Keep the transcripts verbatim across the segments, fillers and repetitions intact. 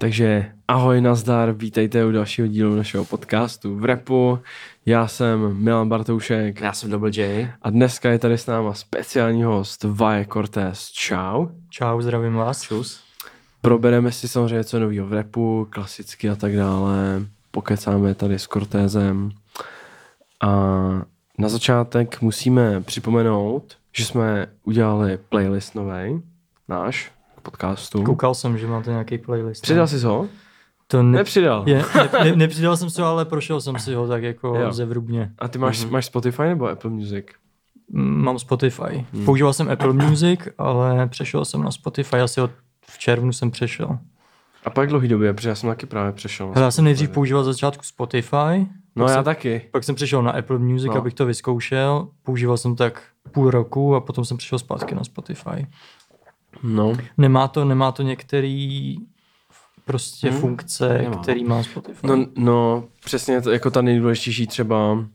Takže ahoj, nazdar, vítejte u dalšího dílu našeho podcastu v rapu. Já jsem Milan Bartoušek. Já jsem Double J. A dneska je tady s náma speciální host Vaje Cortez. Čau. Čau, zdravím vás. Čus. Probereme si samozřejmě co novýho v rapu, klasicky a tak dále. Pokecáme tady s Cortézem. A na začátek musíme připomenout, že jsme udělali playlist novej, náš, k podcastu. Koukal jsem, že máte nějaký playlist. Přidal jsi ho? To ne- Nepřidal. Je, ne, ne, nepřidal jsem se, ale prošel jsem si ho tak jako Jo. zevrubně. A ty máš, mm-hmm. máš Spotify nebo Apple Music? Mám Spotify. Hmm. Používal jsem Apple Music, ale přešel jsem na Spotify. Asi od v červnu jsem přešel. A pak dlouhý době, protože já jsem taky právě přešel. Hele, já jsem nejdřív používal začátku Spotify. No já jsem, taky. Pak jsem přešel na Apple Music, no. abych to vyzkoušel. Používal jsem tak půl roku a potom jsem přešel zpátky na Spotify. No. Nemá to, nemá to některý prostě hmm. funkce, Nemá. který má Spotify. No, no, přesně to, jako ta nejdůležitější třeba um,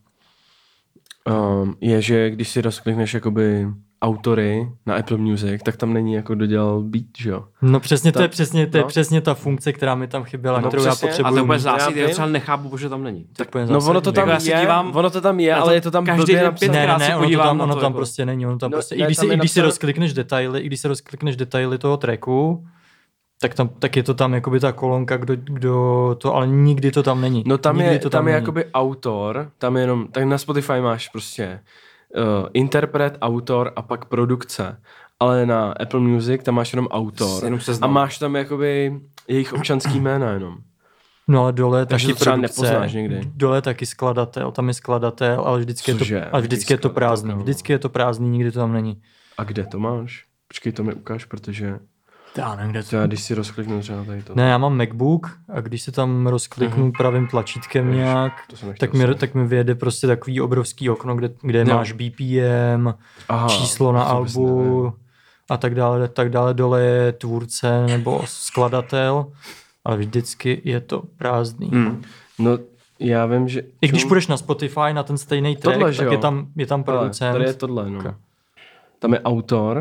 je, že když si rozklikneš jakoby autory na Apple Music, tak tam není jako dodělal beat, že jo? No přesně, to je přesně, to je no. přesně ta funkce, která mi tam chyběla, No kterou přesně. já potřebuji. A to je úplně mít. zásadní, Já já vím. třeba nechápu, protože tam není. Tak úplně No ono to tam Jako já se je, dívám ono to tam je, na ale to je to tam každý blbě den napsané. pětkrát. Ne, ne, se ne, ono to podívám tam, na ono to tam jako. prostě není, ono tam No, prostě, ne, i když, tam si, je i když si napsané- rozklikneš detaily, i když si rozklikneš detaily toho tracku, tak, tam, tak je to tam jakoby ta kolonka, kdo, kdo to, ale nikdy to tam není. No tam nikdy je, to tam je není. jakoby autor, tam je jenom, tak na Spotify máš prostě uh, interpret, autor a pak produkce. Ale na Apple Music tam máš jenom autor Jenom a seznam. máš tam jakoby jejich občanský jména jenom. No ale dole je Takže taky to třeba produkce, nepoznáš někdy. dole je taky skladatel, tam je skladatel, ale vždycky, Cože? je to, ale vždycky je to Skladatel, prázdný, kámo. vždycky je to prázdný, nikdy to tam není. A kde to máš? Počkej, to mi ukáž, protože Já nevím, kde to já když si rozkliknu třeba tady to. Ne, já mám MacBook a když se tam rozkliknu uh-huh. pravým tlačítkem Jež, nějak, to jsem nechtěl tak mi, slyšet. tak mi vyjede prostě takový obrovský okno, kde, kde Jo. máš B P M, Aha, číslo na to vůbec albu nevím. a tak dále, tak dále. Dole je tvůrce nebo skladatel, ale vždycky je to prázdný. Hmm. No, já vím, že... I když čum- půjdeš na Spotify, na ten stejný track, Tohle, že tak jo? je tam, je tam Ale producent. tady je tohle, no. Okay. Tam je autor.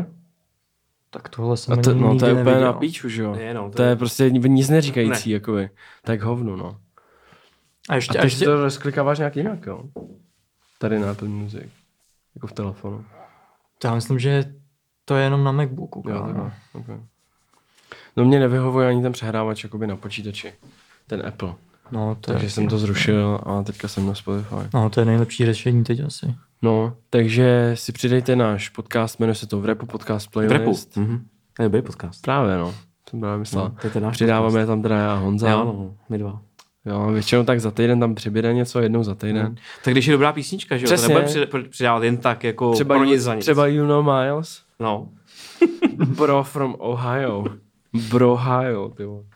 Tak tohle jsem A to, ani no, to nikdy je úplně neviděl. na píču, že jo? Je, no, to to je je- prostě nic neříkající, Ne. jakoby. Tak hovno, no. A ještě, A a ty ještě si to rozklikáváš nějak jinak, jo? Tady na Apple Music. Jako v telefonu. já myslím, že to je jenom na MacBooku. Jo, kámo. takhle. Okay. No mě nevyhovuje ani ten přehrávač jakoby na počítači. Ten Apple. No, to je, Takže jsem to zrušil a teďka jsem na Spotify. no, to je nejlepší řešení teď asi. No, takže si přidejte náš podcast, jmenuje se to v Rapu Podcast V rapu. Playlist. Mhm. To je dobrý podcast. Právě, no. Jsem právě myslel. No, to je ten náš Přidáváme tam teda já a Honza. Jo, no, my dva. Jo, většinou tak za týden tam přibude něco, jednou za týden. Hmm. Tak když je dobrá písnička, že jo, to Přesně. nebude při- přidávat jen tak, jako Třeba, pro nic you, za nic. třeba You Know Miles. No. Bro from Ohio. Bro Ohio, ty vole.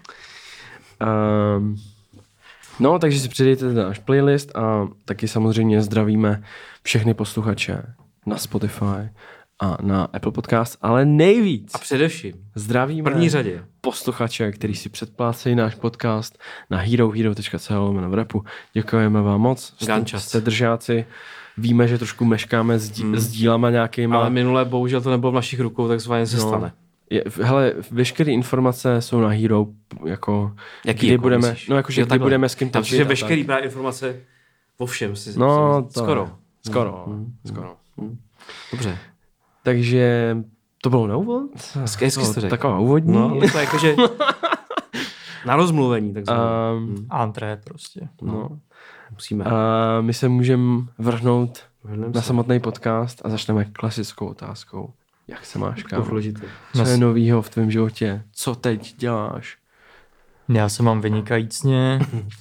Um, no, takže si přidejte náš playlist a taky samozřejmě zdravíme všechny posluchače na Spotify a na Apple Podcast, ale nejvíc A především, zdravíme v první řadě, posluchače, který si předplácejí náš podcast na herohero tečka c o lomeno v rapu. Děkujeme vám moc. Jste, Gančas. jste držáci. Víme, že trošku meškáme s, dí, Hmm. s dílama nějakýma. ale minule bohužel to nebylo v našich rukou, tak se se No. stane. Je, hele, veškeré informace jsou na Hero, jako Jaký kdy jako budeme, myslíš? no jakože Jo, kdy takhle. budeme s kým Tam točit že a veškerý tak. právě informace o všem. Si, No, si, to skoro. ne. Skoro, Hmm. skoro. Dobře. Takže to bylo na úvod? Hezky, hezky jsi to řekl. Taková úvodní. No, to je jakože na rozmluvení, tak Um, Antré prostě. no. musíme. A my se můžeme vrhnout Vrhneme na se. samotný podcast a začneme klasickou otázkou. Jak se máš, To kámo? důležité. Co je Nas- novýho v tvém životě? Co teď děláš? Já se mám vynikajícně.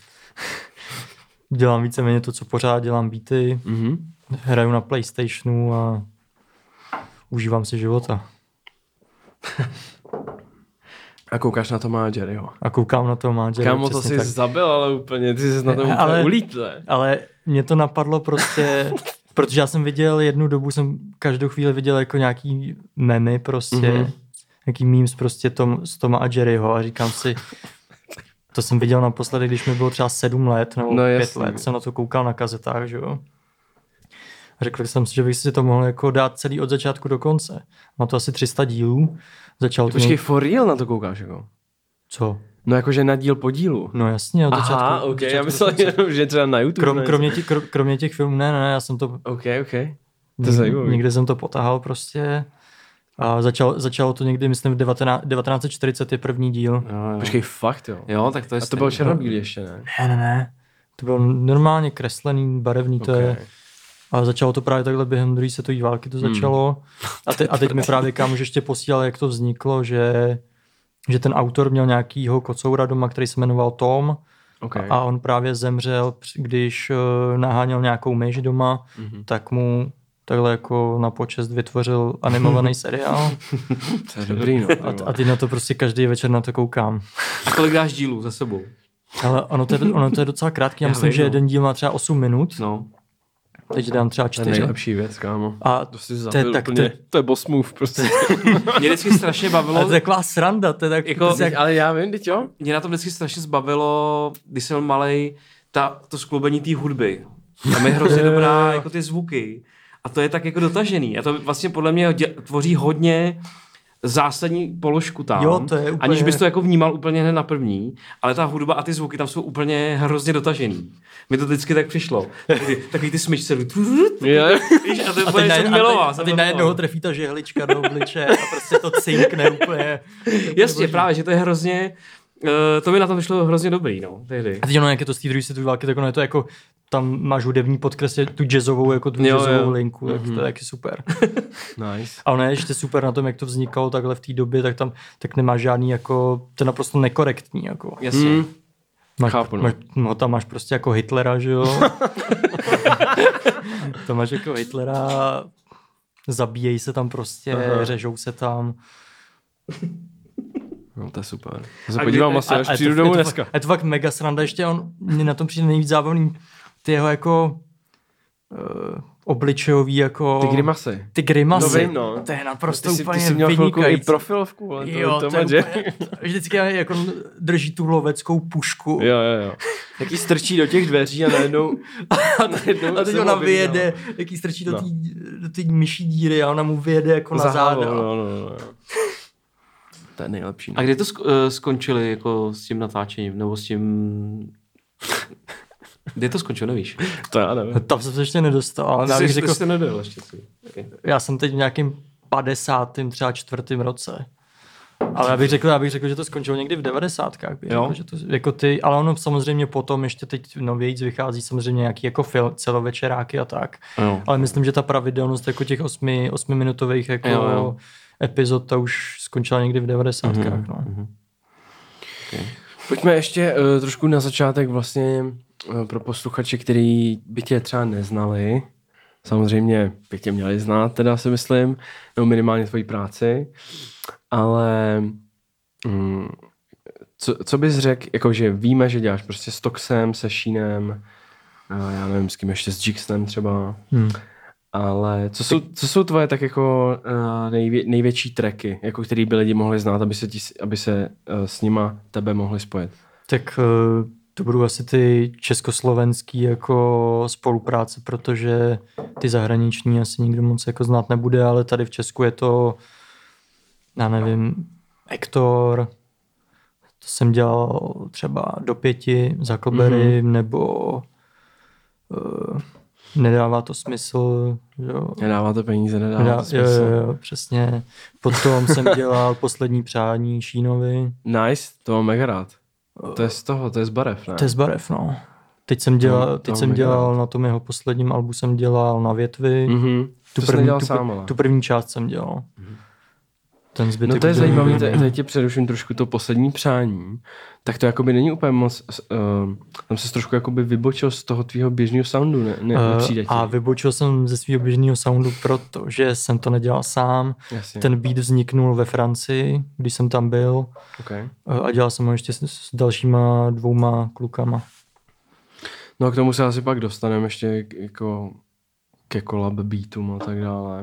Dělám víceméně to, co pořád, dělám beaty, Mhm. hraju na PlayStationu a užívám si života. A koukáš na Toma a Jerryho. A koukám na to Máďera. Kámo, to jsi tak. zabil, ale úplně, ty jsi na tom úplně Ale- ulítl. Ale mě to napadlo prostě, protože já jsem viděl, jednu dobu jsem každou chvíli viděl jako nějaký memy prostě, Mhm. mm-hmm. nějaký memes prostě tom, z Toma a Jerryho a říkám si, to jsem viděl naposledy, když mi bylo třeba sedm let nebo No pět jasný. let, jsem na to koukal na kazetách, že jo. A řekl jsem si, že bych si to mohl jako dát celý od začátku do konce. Má to asi tři sta dílů. Začal to Počkej, něk- for real na to koukáš, jako? Co? No jakože na díl po dílu. No jasně, od začátku. Aha, od ok, začátku já myslel, dokonce. že třeba na YouTube. Krom, ne? kromě, těch, kro, kromě těch filmů, ne, ne, ne, já jsem to... Ok, ok. To je zajímavé. Někde jsem to potahal prostě. A začal, začalo to někdy, myslím, v devatenáct set čtyřicet je první díl. Jo, jo. Počkej, fakt jo. Jo, tak to je A to bylo stejný. černobílý ještě, ne? Ne, ne, ne. To bylo normálně kreslený, barevný, to Ok. je. A začalo to právě takhle během druhé světové války to začalo. Hmm. A, te, a teď mi právě kámoš ještě posílal, jak to vzniklo, že, že ten autor měl nějakýho kocoura doma, který se jmenoval Tom. Okay. A on právě zemřel, když uh, naháněl nějakou myš doma, Mhm. tak mu takhle jako na počest vytvořil animovaný seriál. To je dobrý, no. A, t- a teď na to prostě každý večer na to koukám. A kolik dáš dílů za sebou? Ale ono to je, ono to je docela krátký, já Já myslím, vím, že no. jeden díl má třeba osm minut, No. teď dám třeba To je čtyři. nejlepší věc, kámo. A To si to je, zabil tak, to, úplně. je, To je boss move, prostě. Mě vždycky strašně ale bavilo, to je taková sranda, to je tak, Jako- prostě jak, Ale já vím, teď jo. mě na tom vždycky strašně zbavilo, když jsem malej, ta, to skloubení té hudby. Tam je hrozně dobrá, jako ty zvuky. A to je tak jako dotažený. A to vlastně podle mě dě, tvoří hodně zásadní položku tam. Jo, to je úplně- Aniž bys to jako vnímal úplně hned na první, ale ta hudba a ty zvuky tam jsou úplně hrozně dotažený. Mi to vždycky tak přišlo. Takový, takový ty smyčce. Je. Víš, a to je a úplně, teď, jsem na, miloval. a jsem teď to najednou miloval. trefí ta žehlička do obliče a prostě to cinkne úplně. Jasně, právě, že to je hrozně, uh, to mi na tom vyšlo hrozně dobrý, no, tehdy. A teď ono, jak je to z té druhé světové války, tak ono je to jako, tam máš hudební podkres, je tu jazzovou, jako tu Jo, jazzovou jo. linku, tak to Mhm. je taky super. Nice. A ono je ještě super na tom, jak to vznikalo takhle v té době, tak tam tak nemáš žádný jako, to je naprosto nekorektní, jako. Jasně. Hmm. Máš, Chápu, no. máš, no tam máš prostě jako Hitlera, že jo? Tam máš jako Hitlera, zabíjejí se tam prostě, Aha. řežou se tam. No to je super. Já se A podívám kdy- asi, až je přijdu to, domů je to, dneska. fakt, je to fakt mega sranda, ještě on, mě na tom přijde nejvíc zábavný, ty jeho jako uh, obličejový jako... Ty grimasy. Ty grimasy. No vím, no. To je naprosto Ty jsi, úplně ty jsi měl chvilku i vynikající. profilovku, ale to, Jo, to, to je to je úplně, vždycky jako drží tu loveckou pušku. Jo, jo, jo. Jaký strčí do těch dveří a najednou... A, najednou a teď se ona objeví, vyjede, jaký strčí do No. té do té myší díry a ona mu vyjede jako na Za záda. hlavou, no, no, no. To je nejlepší. A kdy to sk- uh, skončili jako s tím natáčením, nebo s tím... Kdy to skončilo, nevíš? To já nevím. Tam jsem se ještě nedostal, ale já, Ty bych jsi, řekl, ty jsi nedojel ještě. si. Okay. já jsem teď v nějakým padesátém třeba čtvrtém roce. Ale já bych řekl, já bych řekl, že to skončilo někdy v devadesátkách. Bych Jo. řekl, že to, jako ty, ale ono samozřejmě potom ještě teď novějíc vychází samozřejmě nějaký jako film, celovečeráky a tak. Jo. Ale myslím, že ta pravidelnost jako těch osmi, osmiminutových jako Jo, jo. epizod, ta už skončila někdy v devadesátkách. Mhm, No. mhm. Pojďme ještě uh, trošku na začátek vlastně uh, pro posluchače, který by tě třeba neznali. Samozřejmě by tě měli znát, teda si myslím, nebo minimálně tvoji práci. Ale mm, co, co bys řekl, jakože víme, že děláš prostě s Toxem, se Sheenem, uh, já nevím, s kým ještě, s Jixem třeba. Hmm. Ale co jsou, co jsou tvoje tak jako uh, nejvě, největší tracky, jako který by lidi mohli znát, aby se, ti, aby se uh, s nima tebe mohli spojit? Tak uh, to budou asi ty československý jako spolupráce, protože ty zahraniční asi nikdo moc jako znát nebude, ale tady v Česku je to, já nevím, Hector, to jsem dělal třeba do pěti za Klbery, mm-hmm. nebo uh, nedává to smysl, jo. Nedává to peníze, nedává Nedá, to jo, smysl. jo, jo, přesně. Potom jsem dělal poslední přání Šínovi. Nice, to mám mega rád. To je z toho, to je z barev, ne? To je z barev, no. Teď jsem dělal, To- to teď mám jsem mega dělal na tom jeho posledním albu jsem dělal Na větvi. Mhm. Tu To jsi první, nedělal tu, sám, ale. tu první část jsem dělal. Ten zbytek No to je udělal- zajímavé, te- teď tě přeruším trošku to poslední přání, tak to jakoby není úplně moc, uh, tam se trošku jakoby vybočil z toho tvýho běžného soundu, ne? ne Eh, nepřijde ti? a vybočil jsem ze svého běžného soundu, protože jsem to nedělal sám. Jasně. Ten beat vzniknul ve Francii, když jsem tam byl. Okay. Eh, A dělal jsem ho ještě s, s dalšíma dvouma klukama. No a k tomu se asi pak dostaneme ještě k- jako ke collab beatům a tak dále.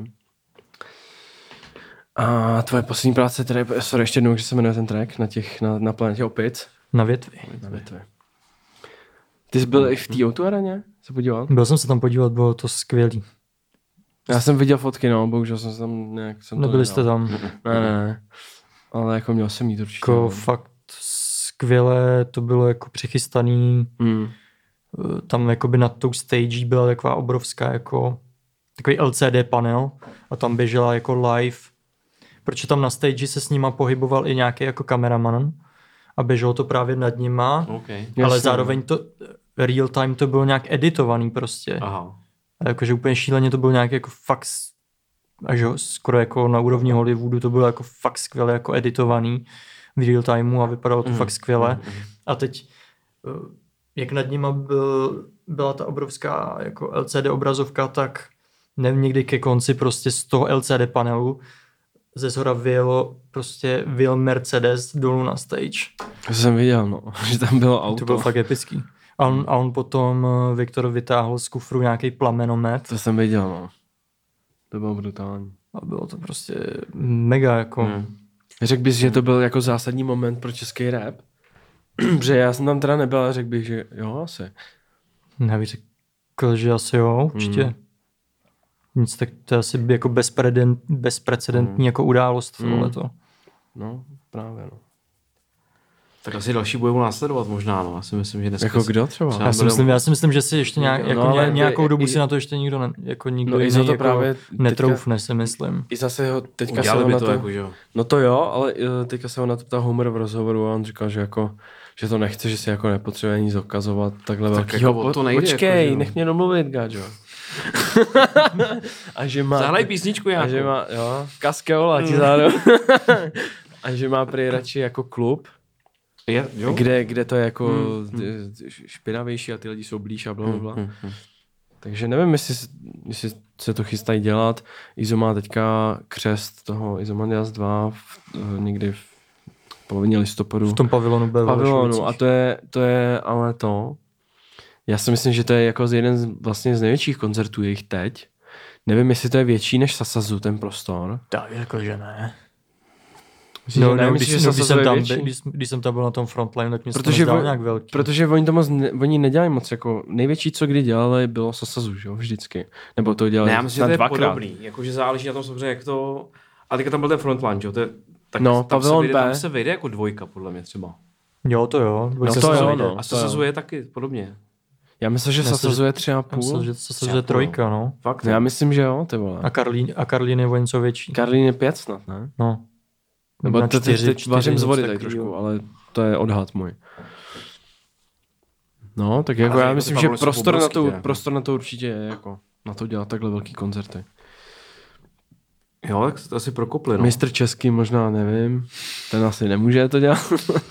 A tvoje poslední práce, tedy, sorry, ještě jednou, že se jmenuje ten track na, těch, na, na planetě Opic. Na větvi. Na větvi. Ty jsi byl i v té O dva areně se podívat? Byl jsem se tam podívat, bylo to skvělý. Já jsem viděl fotky, no, bohužel jsem se tam nějak... Jsem to Nebyli nedal. jste tam. Ne, ne, ne. Ale jako měl jsem jít určitě. Jako no. fakt skvěle to bylo jako přichystaný. Hmm. Tam jakoby nad tou stage byla taková obrovská jako takový L C D panel a tam běžela jako live, protože tam na stage se s nima pohyboval i nějaký jako kameraman a běželo to právě nad nima, Okay. ale Jasně. zároveň to real time to bylo nějak editovaný prostě. Aha. A jakože úplně šíleně to bylo nějak jako fakt až skoro jako na úrovni Hollywoodu to bylo jako fakt skvěle jako editovaný v real timeu a vypadalo to mm. fakt skvěle. Mm. A teď jak nad nima byl, byla ta obrovská jako L C D obrazovka, tak nevím, někdy ke konci prostě z toho L C D panelu ze zhora vyjelo prostě vyjel Mercedes dolů na stage. To jsem viděl, no, že tam bylo auto. To bylo fakt epický. A on, a on potom Viktor vytáhl z kufru nějaký plamenomet. To jsem viděl, no. To bylo brutální. A bylo to prostě mega jako... Hmm. Řekl bys, že to byl jako zásadní moment pro český rap? Protože já jsem tam teda nebyl a řekl bych, že jo, asi. Já bych řekl, že asi jo, určitě. Hmm. Nic, tak to je asi jako bezprecedent, bezprecedentní hmm. jako událost Hmm. tohleto. No, právě, no. Tak asi další budou následovat možná, no. Já si myslím, že dneska... Jako kdo třeba? třeba Já si, budou- myslím, já si myslím, že si ještě nějak, No, jako ale ně, nějakou i- dobu i- si na to ještě nikdo, ne, jako nikdo No, jiný Izo to jako právě netroufne, si myslím. I zase ho teďka se Udělali ho by na to, to... jako, že jo. No to jo, ale eh, teďka se ho na to ptal Homer v rozhovoru a on říkal, že jako že to nechce, že si jako nepotřebuje nic dokazovat takhle Tak velkýho. jako o to nejde, Počkej, jako, že jo. nech mě domluvit, gáčo. A že má... Zahraj písničku A nějakou. že má, jo, kaskeola ti zároveň. A že má prý radši jako klub, Je, jo? kde, kde to je jako Hmm, hmm. špinavější a ty lidi jsou blíž a blablabla. Hmm, hmm. Takže nevím, jestli, jestli se to chystají dělat. Izo má teďka křest toho Izomandias dva v, někdy v polovině listopadu. V tom pavilonu byl. pavilonu. A to je, to je ale to. Já si myslím, že to je jako z jeden z, vlastně z největších koncertů jejich teď. Nevím, jestli to je větší než Sasazu, ten prostor. Tak jako, že ne. Myslím, No, že ne, no, myslím, když, že no, když, Sasazu jsem je tam, větší. když, když jsem tam byl na tom frontline, tak mě se to Protože, nezdál vo- nějak velký. protože oni to moc ne, oni nedělají moc, jako největší, co kdy dělali, bylo Sasazu, že jo, vždycky. Nebo to dělali Ne, já myslím, že snad to je dvakrát. podobný. Jakože záleží na tom samozřejmě, jak to... A teďka tam byl ten frontline, že jo? To je, tak No, tam, se pavilon vejde, B. tam se vejde jako dvojka, podle mě třeba. Jo, to jo. No, se to Sasazu jo, jde. no. A to jo. Sasazu je taky podobně. Já myslím, že Myslím, Sasazu je tři a Já půl. myslím, že to Třeba Sasazu je půl. trojka, no. Fakt? Já myslím, že jo, ty vole. A Karlín, a Karlín je o něco větší. Karlín je pět snad, ne? No. Nebo Na to čtyři, teď čtyři, vařím z něco vody tady takovýho. trošku, ale to je odhad můj. No, tak jako Ale já jako myslím, ty že pavilony jsou prostor na, obrovský, to, teda. prostor na to určitě je, jako na to dělat takhle velký koncerty. Jo, tak to asi prokopli, no. Mistr Český možná nevím, ten asi nemůže to dělat.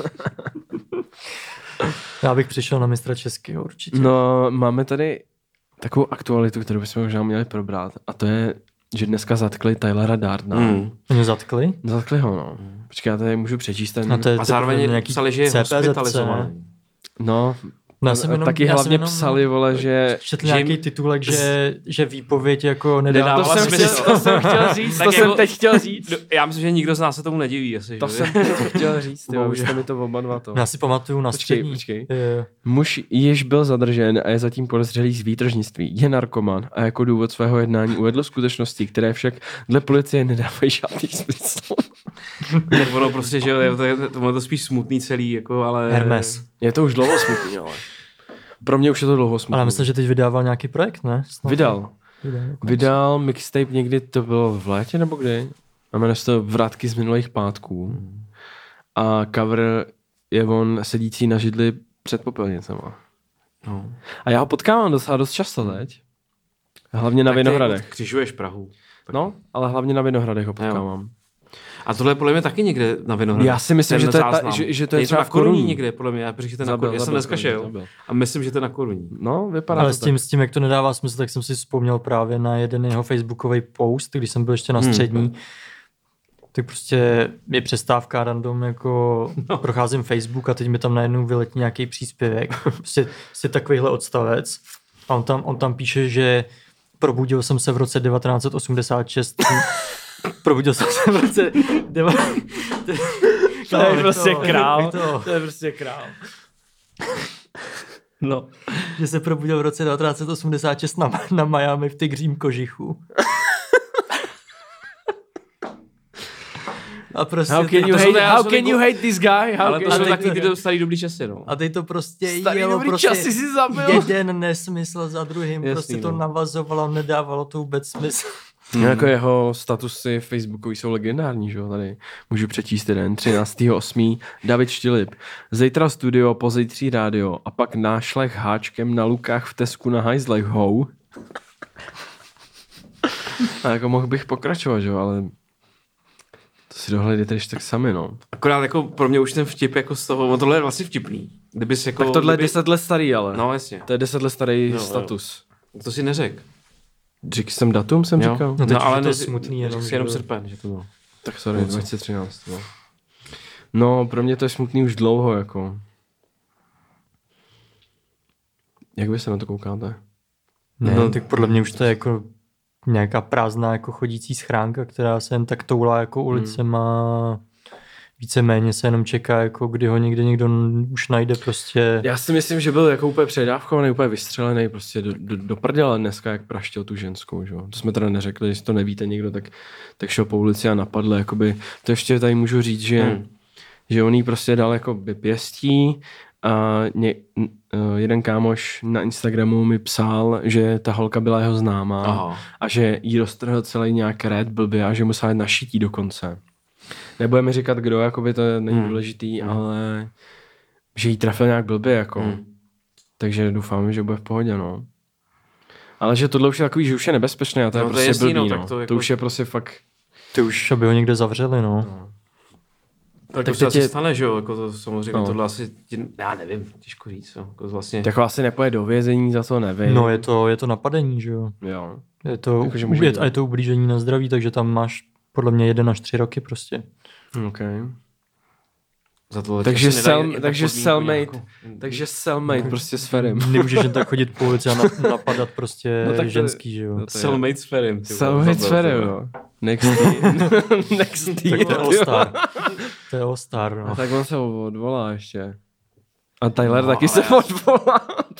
Já bych přišel na mistra českého určitě. No, máme tady takovou aktualitu, kterou bychom možná měli probrat, a to je, že dneska zatkli Tylera Dardna. Mm. Oni zatkli? Zatkli ho, no. Počkej, já tady můžu přečíst ten... A, to je A zároveň nějaký psali, že je C P Z C. hospitalizovaný. No, No, já jsem jenom, taky já hlavně jsem jenom psali, vole, že... četl že nějaký jim- titulek, že, že výpověď jako To nedává Nedává jsem, smysl. chtěl, to jsem chtěl říct, Tak to jsem jako- teď chtěl říct. No, já myslím, že nikdo z nás se tomu nediví asi. To že? jsem teď chtěl říct, jo, Bohužel. jste mi to oba dva to. Já si pamatuju na Počkej, střední. počkej. Je, Muž již byl zadržen a je zatím podezřelý z výtržnictví. Je narkoman a jako důvod svého jednání uvedl skutečnosti, které však dle policie nedávají žádný smysl. Tak ono prostě, že jo, je to, je to, to, to spíš smutný celý, jako, ale... Hermes. Je to už dlouho smutný, ale. Pro mě už je to dlouho smutný. Ale myslím, že teď vydával nějaký projekt, ne? Snad. Vydal. Vydal, jako Vydal mixtape někdy, to bylo v létě nebo kdy? A jmenuje se to Vrátky z minulých pátků. A cover je on sedící na židli před popelnicema. No. A já ho potkávám docela dost často teď. Hlavně na Tak ty Vinohradech. křižuješ Prahu. Tak. No, ale hlavně na Vinohradech ho potkávám. A tohle je podle mě taky někde na Vinohradech. Já si myslím, Ten že to je ta- záznam. že- že to je to třeba na v Koruní. Koruní někde, podle mě. Já, protože to je na Zabil, Koruní. Já jsem zabil, dneska šel zabil. a myslím, že to je na Koruní. No, vypadá Ale to s tím, tak. s tím, jak to nedává smysl, tak jsem si vzpomněl právě na jeden jeho facebookový post, když jsem byl ještě na střední. Hmm. Tak prostě je přestávka random, jako no. procházím Facebook a teď mi tam najednou vyletí nějaký příspěvek. Prostě, prostě takovýhle odstavec. A on tam, on tam píše, že probudil jsem se v roce devatenáct set osmdesát šest. probudil jsem se v roce... Deva... To je prostě král. To. To je prostě král. No, že se probudil v roce devatenáct set osmdesát šest na, na Miami v Tygřím kožichu. A prostě How can teď- you to jsou hate, teda- how jsou can jako- you hate this guy? How Ale to can jsou you taky hate ty do- starý dobrý časy, no. A teď to prostě Starý jelo dobrý prostě časy si zabil. jeden nesmysl za druhým, Jasný, prostě to no. navazovalo, nedávalo to vůbec smysl. Hmm. Jako jeho statusy facebookový jsou legendární, že jo, tady můžu přečíst jeden, třináctého osmého David Štilip. Zítra studio, pozítří rádio a pak nášlech háčkem na lukách v Tesku na hajzlech, hou. A jako mohl bych pokračovat, že jo, ale to si dohledejte když tak sami, no. Akorát jako pro mě už ten vtip jako z toho, no tohle je vlastně vtipný. Kdybys jako... Tak tohle je kdyby... deset let starý, ale. No jasně. To je deset let starý Jo, jo. status. To si neřekl. Řekl jsem datum, jsem Jo. říkal? No teď No, už ale je to ne, smutný jenom, jenom, jenom že- srpen, že to bylo. Tak sorry, No, co? dva tisíce třináct. No. no, pro mě to je smutný už dlouho, jako. Jak vy se na to koukáte? Ne, No. no, tak podle mě už to je jako nějaká prázdná jako chodící schránka, která se jen tak toulá jako ulicema. Víceméně se jenom čeká, jako kdy ho někde někdo n- už najde prostě. Já si myslím, že byl jako úplně předávkovaný, úplně vystřelený prostě do, do, do prdele dneska, jak praštil tu ženskou, že? To jsme teda neřekli, jestli to nevíte někdo, tak, tak šel po ulici a napadl, jakoby, to ještě tady můžu říct, že, Hmm. že on jí prostě dal jako by pěstí a ně, n- uh, jeden kámoš na Instagramu mi psal, že ta holka byla jeho známá Aha. a že jí roztrhl celý nějak red blbě a že musela jít na šití dokonce. Nebudeme říkat kdo, jakoby to není Hmm. důležitý, ale že jí trefil nějak blbě, jako. Hmm. Takže doufám, že bude v pohodě, no. Ale že tohle už je takový, že už je nebezpečné a to je No, to je prostě jasný, blbý, no, no. tak to To, jako- už je prostě fakt... Ty už, aby ho někde zavřeli, no. Tak, Tak to se teď asi je- stane, že jo, jako to samozřejmě, No. no. Tohle asi, ti- já nevím, těžko říct, jo. Jako vlastně, Jako asi nepoje do vězení, za to nevím. No je to, je to napadení, že jo. Jo. Je to, Jako, že jako, může je, být. a je to ublížení na zdraví, takže tam máš podle mě jeden až tři roky prostě. Okay. za to Takže si nedají cell- jen tak takže podmínku cellmate. nějakou. Takže cellmate prostě s Ferem. Nemůžeš jen tak chodit po ulici a na- napadat prostě No no, tak to- ženský, že jo. no to je- Cellmate s Ferem. ty vole, Cellmate s zabil, Ferem, ty vole. jo. Next year. Next year. Tak to je All-Star. To je All-Star, A no. tak on se odvolá ještě. A Tyler No, taky ale se já- odvolá.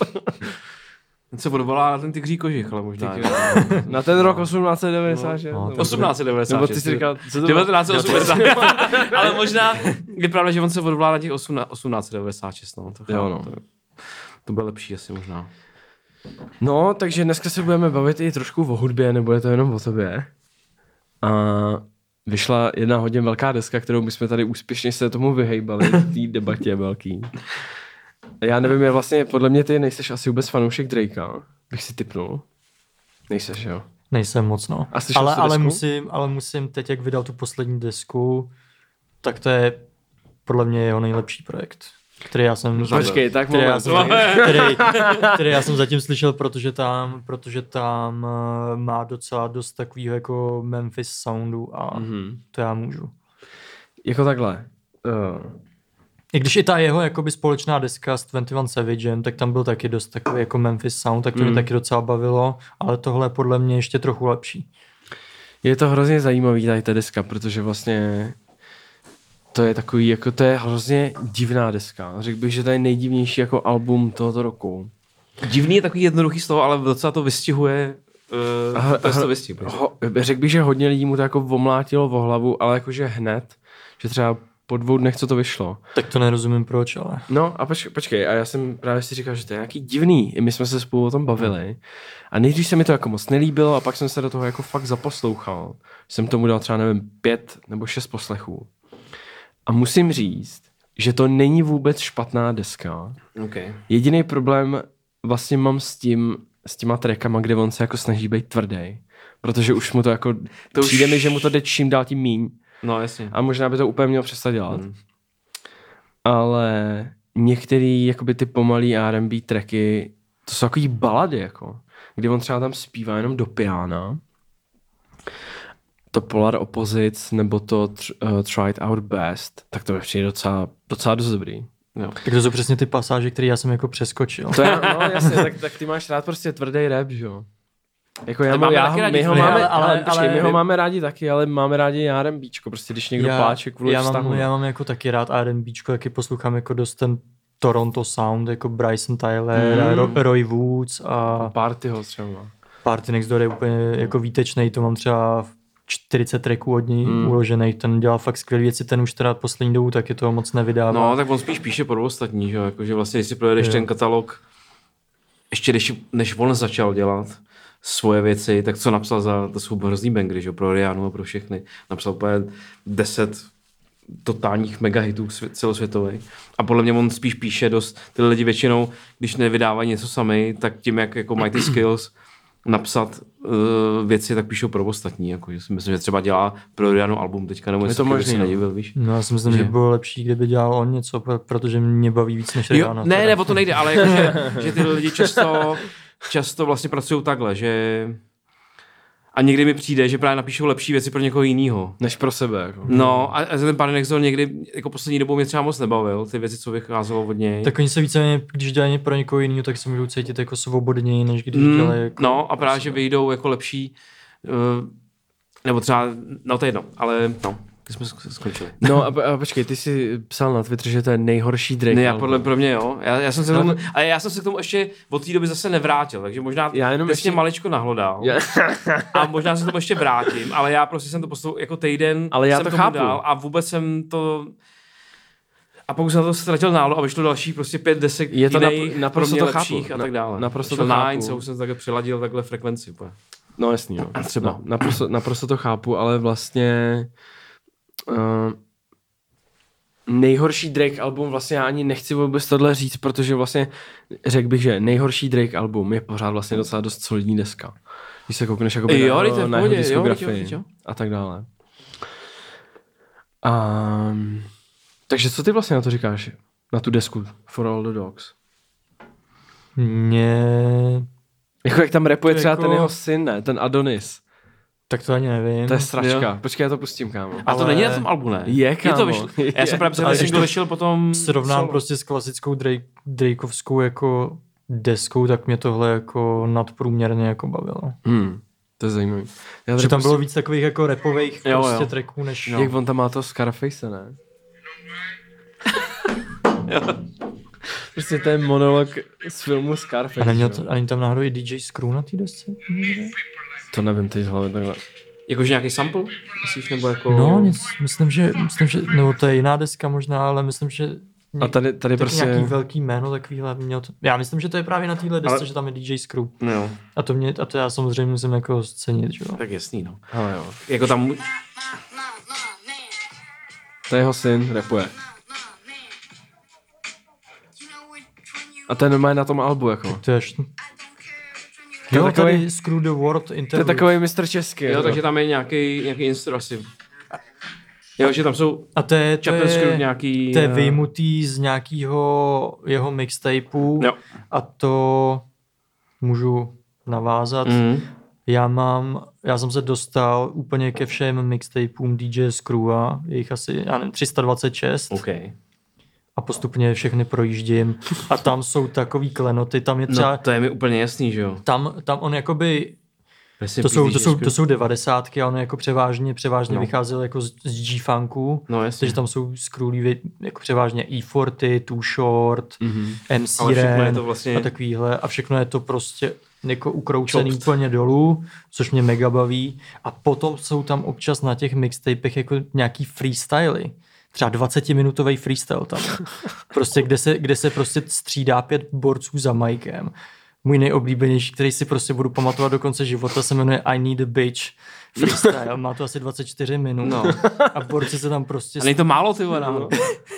Ten se odvolá na ten tygří kožich, ale možná. Ty ne. Na ten rok osmnáct set devadesát šest. No, no, nebo- osmnáct set devadesát šest. Nebo ty jsi říkal, co to bylo? devatenáct set osmdesát. Ale možná je pravda, že on se odvolá na těch osmnáct set devadesát šest. No. To, Jo, no. to, to bylo lepší asi možná. No, takže dneska se budeme bavit i trošku o hudbě, nebo je to jenom o tobě. A vyšla jedna hodně velká deska, kterou my jsme tady úspěšně se tomu vyhejbali v té debatě velký. Já nevím, je vlastně, podle mě ty nejseš asi vůbec fanoušek Drakea, bych si tipnul. Nejseš, jo? Nejsem moc, no. A slyšel Ale, jsi ale, desku? musím, ale musím teď, jak vydal tu poslední desku, tak to je podle mě jeho nejlepší projekt, který já jsem... Počkej, tak který já, moment. jsem, který, který já jsem zatím slyšel, protože tam, protože tam eh, má docela dost takového jako Memphis soundu a Mhm. to já můžu. Jako takhle. Uh, I když i ta jeho jakoby společná deska s dvacet jedna Savagem, tak tam byl taky dost takový jako Memphis sound, tak to Mm. mě taky docela bavilo, ale tohle je podle mě ještě trochu lepší. je to hrozně zajímavý tady ta deska, protože vlastně to je takový, jako to je hrozně divná deska. Řekl bych, že to je nejdivnější jako album tohoto roku. Divný je takový jednoduchý slovo, ale docela to vystihuje. Uh, Aha, to je aha. to vystih. prostě. Ho, řekl bych, že hodně lidí mu to jako omlátilo o hlavu, ale jakože hned, že třeba po dvou dnech, co to vyšlo. Tak to nerozumím proč, ale... No a počkej, počkej, a já jsem právě si říkal, že to je nějaký divný, i my jsme se spolu o tom bavili a nejdřív se mi to jako moc nelíbilo a pak jsem se do toho jako fakt zaposlouchal. Jsem tomu dal třeba, nevím, pět nebo šest poslechů. A musím říct, že to není vůbec špatná deska. Okay. Jediný problém vlastně mám s tím, s těma trackama, kde on se jako snaží být tvrdý, protože už mu to jako, to To přijde už- mi, že mu to jde čím dál tím míň. No jasně. A možná by to úplně měl přestat dělat. Hmm. Ale některý jakoby ty pomalý R and B tracky, to jsou takový balady, jako, kdy on třeba tam zpívá jenom do piana. To Polar Opposites, nebo to tr- uh, Try It Out Best, tak to mi přijde docela, docela dost dobrý. Jo. Tak to jsou přesně ty pasáže, které já jsem jako přeskočil. To je, no jasně, tak, tak ty máš rád prostě tvrdý rap, že jo? Jako já, Ale mám, máme já, taky rádi my ho tvrdý, máme, ale- ale, ale- ale, počkej, ale- my ho máme rádi taky, ale máme rádi RMBčko, prostě když někdo já, pláče kvůli já vztahu. mám, já mám jako taky rád R and Bčko, taky poslouchám jako dost ten Toronto sound, jako Bryson Tyler, Mm. mm. Roy, Roy Woods a Partyho třeba. Party Next Door je úplně jako výtečnej, to mám třeba v čtyřicet tracků od něj Hmm. uložených, ten dělá fakt skvělé věci, ten už teda poslední dobu taky toho moc nevydává. No, tak on spíš píše pro ostatní, že jo, jakože vlastně, když si projedeš Jo. ten katalog, ještě než, než on začal dělat svoje věci, tak co napsal za, to jsou hrozný bangry, že jo, pro Rihannu a pro všechny. Napsal úplně deset totálních megahitů celosvětových. A podle mě on spíš píše dost, ty lidi většinou, když nevydávají něco sami, tak tím, jak jako mají ty skills napsat uh, věci, tak píšou pro ostatní. Jako, že si myslím, že třeba dělá pro Rihannu album teďka, nebo Je jestli to by možný, si no. nedivil, víš. No, já si myslím, že, Že- že by bylo lepší, kdyby dělal on něco, pro- protože mě baví víc než Jo, Rihanna. ne, teda. nebo to nejde, ale jako, že, že ty lidi často, často vlastně pracují takhle, že a někdy mi přijde, že právě napíšou lepší věci pro někoho jiného. Než pro sebe. Jako. No a, a ten pan Nexon někdy, jako poslední dobou mě třeba moc nebavil, ty věci, co vycházelo od něj. Tak oni se více, když dělají pro někoho jiného, tak se můžou cítit jako svobodněji, než když Mm, dělají jako... no a právě, že vyjdou jako lepší, uh, nebo třeba, no to je jedno, ale no, ty jsme sk- skončili. No a, a počkej, ty jsi psal na Twitter, že to je nejhorší Drake Ne, já album. podle pro mě jo. Já, já jsem se k Ale tomu, ale já jsem se k tomu ještě od té doby zase nevrátil, takže možná Já jenom ještě ještě- maličko nahlodal. Já, A možná se k tomu ještě vrátím, ale já prostě jsem to poslouchal jako týden, Ale já jsem to tomu chápu. dal a vůbec jsem to... A pokud jsem na to ztratil náladu a vyšlo další prostě pět desek Je to jiných, nap- naprosto pro mě to chápu. lepších a Na- tak dále. naprosto Vyšel to chápu. Nines a už jsem to takhle přiladil takhle frekvenci. Úplně. no jasný, no. A třeba. No, naprosto, naprosto to chápu, ale vlastně uh, nejhorší Drake album vlastně já ani nechci vůbec tohle říct, protože vlastně řekl bych, že nejhorší Drake album je pořád vlastně docela dost solidní deska. Když se koukneš jakoby Jo, na, teď to je jeho, v na jeho pohodě, jo, diskografii teď jo, teď jo. a tak dále. Um, takže co ty vlastně na to říkáš? Na tu desku For All the Dogs? Mě... Jako jak tam rapuje To třeba jako- ten jeho syn, ne? Ten Adonis. Tak to ani nevím. To je sračka. Jo. Počkej, já to pustím, kámo. A to Ale- není na tom albu, ne? Je, Je kámo. to vyšlo. Já jsem právě Ale předtím, když single to vyšel potom Srovnám solo. prostě s klasickou Drake, Drakeovskou jako deskou, tak mě tohle jako nadprůměrně jako bavilo. Hmm, to je zajímavý. Já Že tady tam bylo pustím- víc takových jako rapových Jo, prostě jo. tracků, než... Jak on tam má to Scarface, ne? Prostě ten monolog z filmu Scarface. A neměl že jo? to, ani tam náhodou i D J Screw na té desce? To nevím, teď z hlavy takhle. Jakože nějaký sample? Myslíš, nebo jako... No, nic, myslím, že, myslím, že, nebo to je jiná deska možná, ale myslím, že A tady, tady taky prostě... nějaký velký jméno takovýhle měl to. Já myslím, že to je právě na téhle desce, Ale- že tam je D J Screw. No jo, A to, mě, a to já samozřejmě musím jako scenit, že jo. tak jasný, no. Ale jo. Jako tam... To je jeho syn, rapuje. A ten normálně na tom albu, jako. To je, až... To je jo, takovej- tady Screw the World To je interlude. takový mistr Česky. Jo, jako. takže tam je nějaký, nějaký instru asi. Jo, že tam jsou A to je, to Chapel Screw je, nějaký... to je eh, vyjmutý z nějakého jeho mixtapeu Jo. a to můžu navázat. Mhm. Já mám, já jsem se dostal úplně ke všem mixtapeům D J Screwa, je jich asi, já nevím, tři sta dvacet šest OK. a postupně všechny projíždím a tam jsou takový klenoty, tam je třeba, No, to je mi úplně jasný, že jo. tam, tam on jakoby, Presně to jsou, to píš, jsou, že- to jsou devadesátky a on jako převážně, převážně No. vycházel jako z, z G-funku, No jasně. takže tam jsou Screwlí jako převážně E čtyřicet, Too Short, Mhm. M C Ale všechno je Ren to vlastně... a takovýhle a všechno je to prostě jako ukroucený Chopped. úplně dolů, což mě mega baví a potom jsou tam občas na těch mixtapech jako nějaký freestyly. Třeba dvacetiminutový freestyle tam. Prostě kde se, kde se prostě střídá pět borců za mikem. Můj nejoblíbenější, který si prostě budu pamatovat do konce života, se jmenuje I Need a Bitch freestyle. Má to asi dvacet čtyři minut. No. A borci se tam prostě... A není to málo, ty vole, náhodou.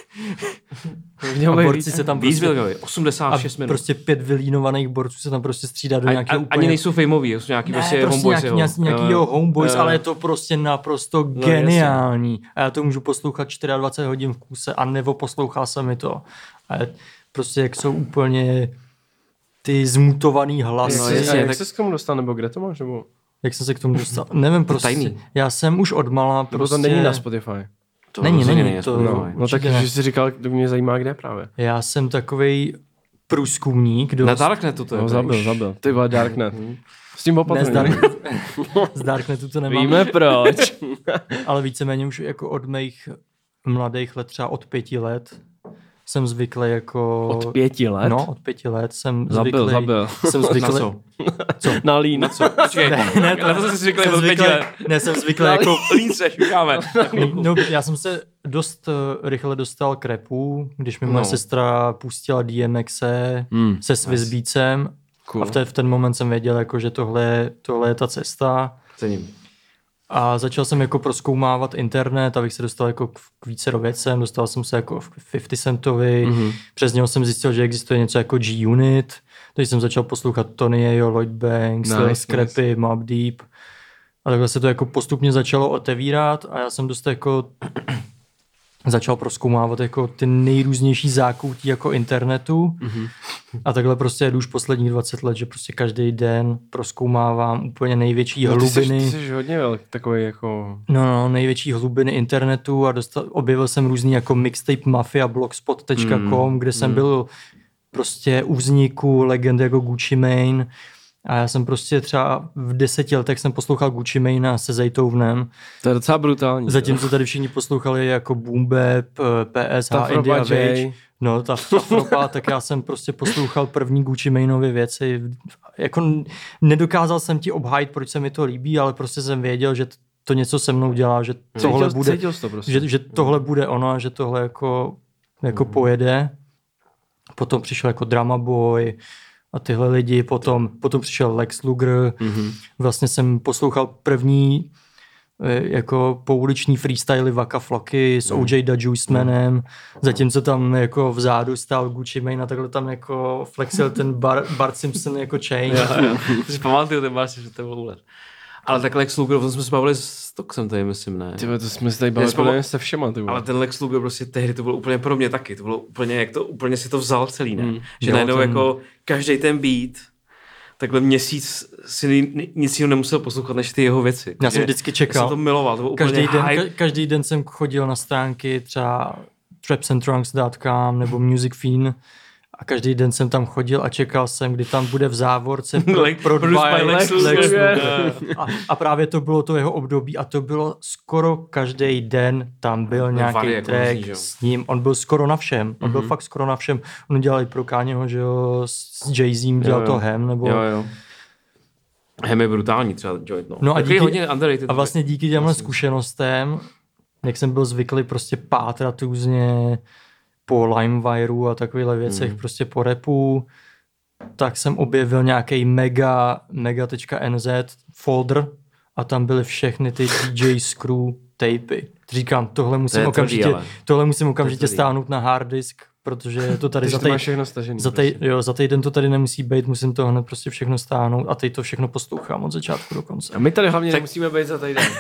A borci se tam Víc prostě... byl, osmdesát A šest minut. prostě pět vylínovaných borců se tam prostě střídá do A, nějakého a, úplně... ani nejsou fameový, jsou nějaký Ne, prostě prostě homeboys. nějaký, nějaký, nějakýho homeboys, Jo. ale je to prostě naprosto No, geniální. A já to můžu poslouchat dvacet čtyři hodin v kuse a nebo poslouchá se mi to. A je prostě jak jsou úplně ty zmutovaný hlasy. No, No, jasně, jasně, jak tak- se k tomu dostal, nebo kde to máš, nebo, Jak jsem se k tomu dostal? Nevím prostě. tajný. Já jsem už odmala nebo prostě... to není na Spotify. To Není, rozhodně není, je to- Spotify. No, no určitě tak, ne. že jsi říkal, to mě zajímá, kde právě. Já jsem takovej průzkumník. Na Dost... Darknetu to je. No, to zabil, už. zabil. Ty vole, Darknet. S tím Ne, z, opatrně. Dark... z Darknetu to nemám. Víme proč. Ale víceméně už jako od mých mladých let, třeba od pěti let, jsem zvyklý jako... Od pěti let? No, od pěti let jsem zabil, zvyklý... Zabil, Jsem zvyklý... Na co? Co? Na lín. Na co? Počkej, ne, ne, na to jsi zvyklý jsem od pěti zvyklý, let. ne, jsem zvyklý jako... Lín se šukáme. No, já jsem se dost uh, rychle dostal k rapu, když mi moje No. sestra pustila D M X Hmm, se Swiss Beatsem cool. a v, te, v ten moment jsem věděl, jako, že tohle, tohle je ta cesta. Cením. A začal jsem jako prozkoumávat internet, abych se dostal jako k, k více do věcem, dostal jsem se jako k padesát Centovi, Mhm. přes něho jsem zjistil, že existuje něco jako G-Unit, takže jsem začal poslouchat Tonyeho, Lloyd Banks, Nice, Lil Scrappy, Mobb Deep a takhle se to jako postupně začalo otevírat a já jsem dost jako začal prozkoumávat jako ty nejrůznější zákoutí jako internetu Mhm. a takhle prostě jedu už posledních dvacet let, že prostě každý den prozkoumávám úplně největší No, ty hlubiny. Jsi, ty jsi hodně velký, takový jako... No, no, největší hlubiny internetu a dostal, objevil jsem různý jako mixtape mafia blogspot tečka com, Mm, kde jsem mm. byl prostě u vzniku legend jako Gucci Mane a já jsem prostě třeba v deseti letech jsem poslouchal Gucci Manea se Zaytovnem, To je docela brutální. zatímco tady všichni poslouchali jako Boom Bap, P S H, Afropa India J. Wage, no ta Afropa, tak já jsem prostě poslouchal první Gucci Maneovy věci, jako n- nedokázal jsem ti obhájit, proč se mi to líbí, ale prostě jsem věděl, že t- to něco se mnou dělá, že tohle Cítil, bude, cítil jsi to prostě. že, že tohle bude ono a že tohle jako, jako Mhm. pojede. Potom přišel jako Drama Boy a tyhle lidi, potom, potom přišel Lex Luger, Mhm. vlastně jsem poslouchal první eh, jako pouliční freestyly Waka Flocky s O J Da Juicemanem, zatímco tam jako vzadu stál Gucci Mane a takhle tam jako flexil ten Bar, Bart Simpson jako chain. Ty si pamatuju, ten máš, že to byl úlet. Ale takhle Lex Luger, o tom jsme se bavili s Toxem tady, myslím, ne? Ty vole, to jsme si tady bavili Já jsem- podle se všema, ty vole. Ale ten Lex Luger prostě tehdy to bylo úplně pro mě taky. To bylo úplně, jak to úplně si to vzal celý, ne? Mm. Že Jo, najednou ten- jako každý ten beat, takhle měsíc si ni- nic jiného nemusel poslouchat než ty jeho věci. Já jsem Že- vždycky Já čekal. jsem to miloval, to bylo úplně Každý den, hype. ka- každý den jsem chodil na stránky třeba traps and trunks tečka com nebo Music Fiend a každý den jsem tam chodil a čekal jsem, kdy tam bude v závorce pro, Like, pro produced by Lex Luger. a, a právě to bylo to jeho období a to bylo skoro každý den tam byl nějaký vady jako track různý, že jo. s ním. On byl skoro na všem. On byl fakt skoro na všem. On dělal i pro Kanyeho, že jo, s Jay-Zem dělal jo. to Hem, nebo... Jo, jo. Hem je brutální třeba joint, no. No a Takový díky- hodně underrated. A vlastně díky těmhle zkušenostem, jak jsem byl zvyklý prostě pátrat různě po LimeWireu a takovýchhle věcech, Hmm. prostě po rapu, tak jsem objevil nějaký mega, mega.nz folder a tam byly všechny ty D J Screw tapy. Říkám, tohle musím je tvrdý, okamžitě, ale. tohle musím okamžitě tvrdý. stáhnout na hard disk, protože to tady Takže za to tej, máš všechno stažený. za, tej, prostě. jo, za týden to tady nemusí být, musím to hned prostě všechno stáhnout a teď to všechno poslouchám od začátku do konce. A my tady hlavně nemusíme být za týden.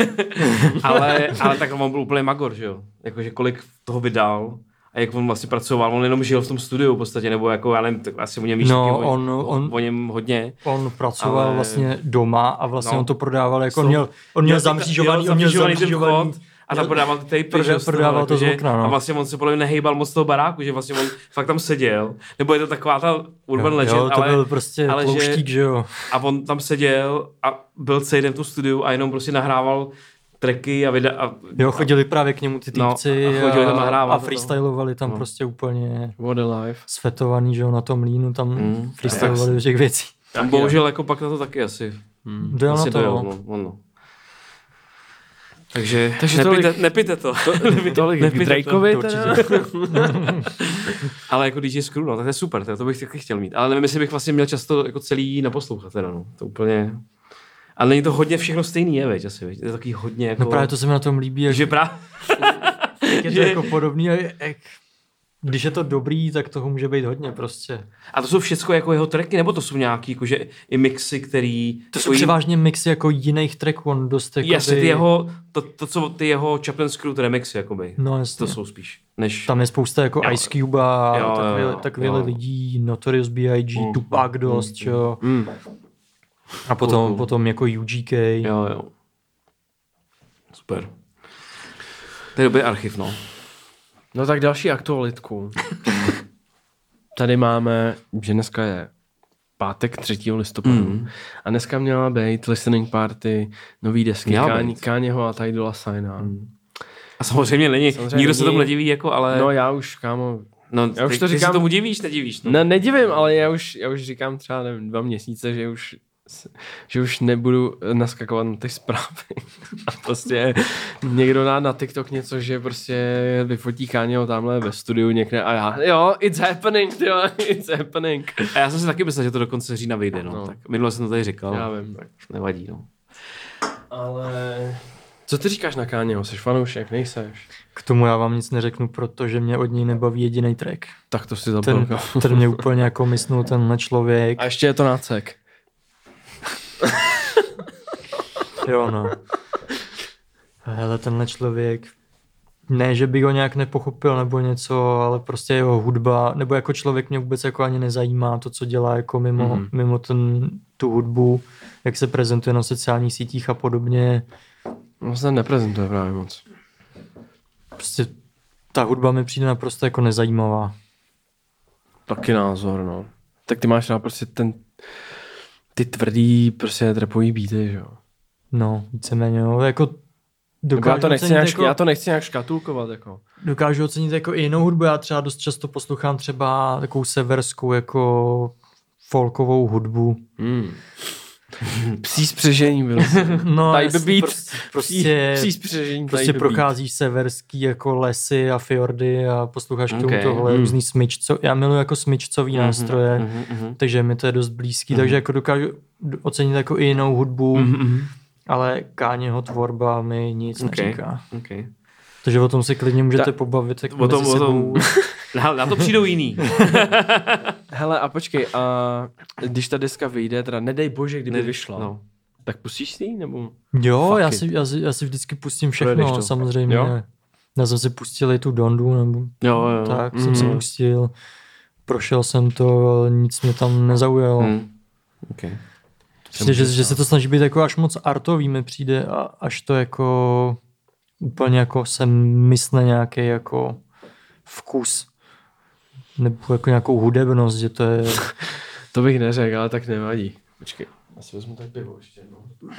ale, ale tak on byl úplně magor, že jo? Jakože kolik toho vydal a jak on vlastně pracoval, on jenom žil v tom studiu v podstatě, nebo jako, já nevím, tak asi o něm víš, No, taky, o, on- on- o něm hodně. On pracoval Ale- vlastně doma a vlastně No. on to prodával, jako Jsou- on měl, on měl Jo, zamřížovaný, jo, on měl zamřížovaný ten zamřížovaný, vchod a tam prodával ty tapy, Proda- že jo, z toho, prodával to z jakože- okna, no. A vlastně on se podle mě nehejbal moc z toho baráku, že vlastně on fakt tam seděl, nebo je to taková ta urban jo, legend, jo, to ale, byl prostě ale plouštík, že jo. a on tam seděl a byl celý den v tom studiu a jenom prostě nahrával tracky a videa. A, Jo, chodili právě k němu ty No, týpci a chodili tam a, nahrávat a to. freestylovali tam No. prostě úplně What a life. svetovaný, že jo, na tom línu, tam Mm. freestylovali do těch věcí. tam bohužel jako pak na to taky asi. Hmm. Dojel na asi to, dojel, no. no, on, no. Takže, Takže nepijte, tolik- nepijte to. To, tolik k Nepijte to, Drakeovi to teda. Ale jako D J Screw, no, tak to je super, to, to bych taky chtěl mít. Ale nevím, jestli bych vlastně měl často jako celý naposlouchat, teda, no. To úplně... Ale není to hodně všechno stejný, je, veď, asi, veď. Je to takový hodně jako... No právě to se mi na tom líbí, jak, že právě... jak je to že- jako podobný, a jak, když je to dobrý, tak toho může být hodně prostě. A to jsou všechno jako jeho tracky, nebo to jsou nějaký jakože i mixy, který... To jsou převážně mixy jako jiných tracků, on dost jakoby... Jasně, ty jeho, to, to, co ty jeho Chaplin Screw, ty remixy, jakoby. No jasně. To jsou spíš, než... Tam je spousta jako Jo. Ice Cube a Jo, jo, takovýhle, jo, takovýhle jo. lidí, Notorious B I G, Mm, Tupac mm, dost, mm, jo. Mm. A potom, cool. potom jako U G K. Jo, jo. Super. To je dobrý archiv, no. No tak další aktualitku. Tady máme, že dneska je pátek třetího listopadu Mm. a dneska měla být listening party nový desky Měla Kanye, být. Kanyeho a Ty Dolla Signa. A samozřejmě není, Samozřejmě nikdo se není. tomu nediví, jako, ale... No já už, kámo, No, Já už ty, to ty říkám- se tomu divíš, nedivíš? No. Ne, nedivím, ale já už, já už říkám třeba nevím, dva měsíce, že už že už nebudu naskakovat na ty zprávy. A prostě někdo dá na TikTok něco, že prostě vyfotí Káněho tamhle ve studiu někde a já, jo, it's happening, jo, it's happening. A já jsem si taky myslel, že to do konce října vyjde, no. No. Tak minule jsem to tady říkal. Já vím. Tak nevadí, no. Ale co ty říkáš na Káněho? Jsi fanoušek, nejseš? K tomu já vám nic neřeknu, protože mě od něj nebaví jediný track. Tak to si Ten, zabil. ten mě úplně jako mysnul tenhle člověk. A ještě je to nácek. Jo no. Hele, tenhle člověk, ne, že bych ho nějak nepochopil nebo něco, ale prostě jeho hudba, nebo jako člověk mě vůbec jako ani nezajímá to, co dělá jako mimo, Mhm. mimo ten, tu hudbu, jak se prezentuje na sociálních sítích a podobně. On se neprezentuje právě moc. Prostě ta hudba mi přijde naprosto jako nezajímavá. Taky názor, no. Tak ty máš rád prostě ten ty tvrdý prostě trapový beaty, že jo. No, víceméně, jo. Jako Jako dokážu já, to nechci ocenit nějak, jako, já to nechci nějak škatulkovat, jako. dokážu ocenit jako i jinou hudbu. Já třeba dost často poslouchám třeba takovou severskou jako folkovou hudbu. Hmm. Psí spřežení byl. No, Tady by jasně, být prostě, prostě, psí spřežení. prostě procházíš severský jako lesy a fjordy a posloucháš k tomu Okay. tohle Hmm. různý smyčco. Já miluji jako smyčcový Mhm, nástroje, mhm, mhm. takže mi to je dost blízký, Mhm. takže jako dokážu ocenit jako i jinou hudbu, Mhm, mhm. ale Káněho tvorba mi nic Okay. neříká. Okay. Takže o tom si klidně můžete Ta- pobavit. Jak O tom, mezi o tom. sebou. Na, na to přijdou jiný. Hele, a počkej, a když ta deska vyjde, teda nedej bože, kdyby Ne- vyšla, No. tak pustíš si ji, nebo? Jo, Fuck já it. si, já, si, já si vždycky pustím Projedeš všechno, to. samozřejmě. Jo? Já jsem si pustil i tu Dondu, nebo Jo, jo. tak Mhm. jsem si pustil. Prošel jsem to, ale nic mě tam nezaujalo. Hmm. Okay. Přijde, že, že se to snaží být jako až moc artový, mi přijde, a až to jako úplně jako se mysle nějaký jako vkus. Nebo jako nějakou hudebnost, že to je... To bych neřekl, ale tak nevadí. Počkej, asi vezmu tak pivo ještě, no.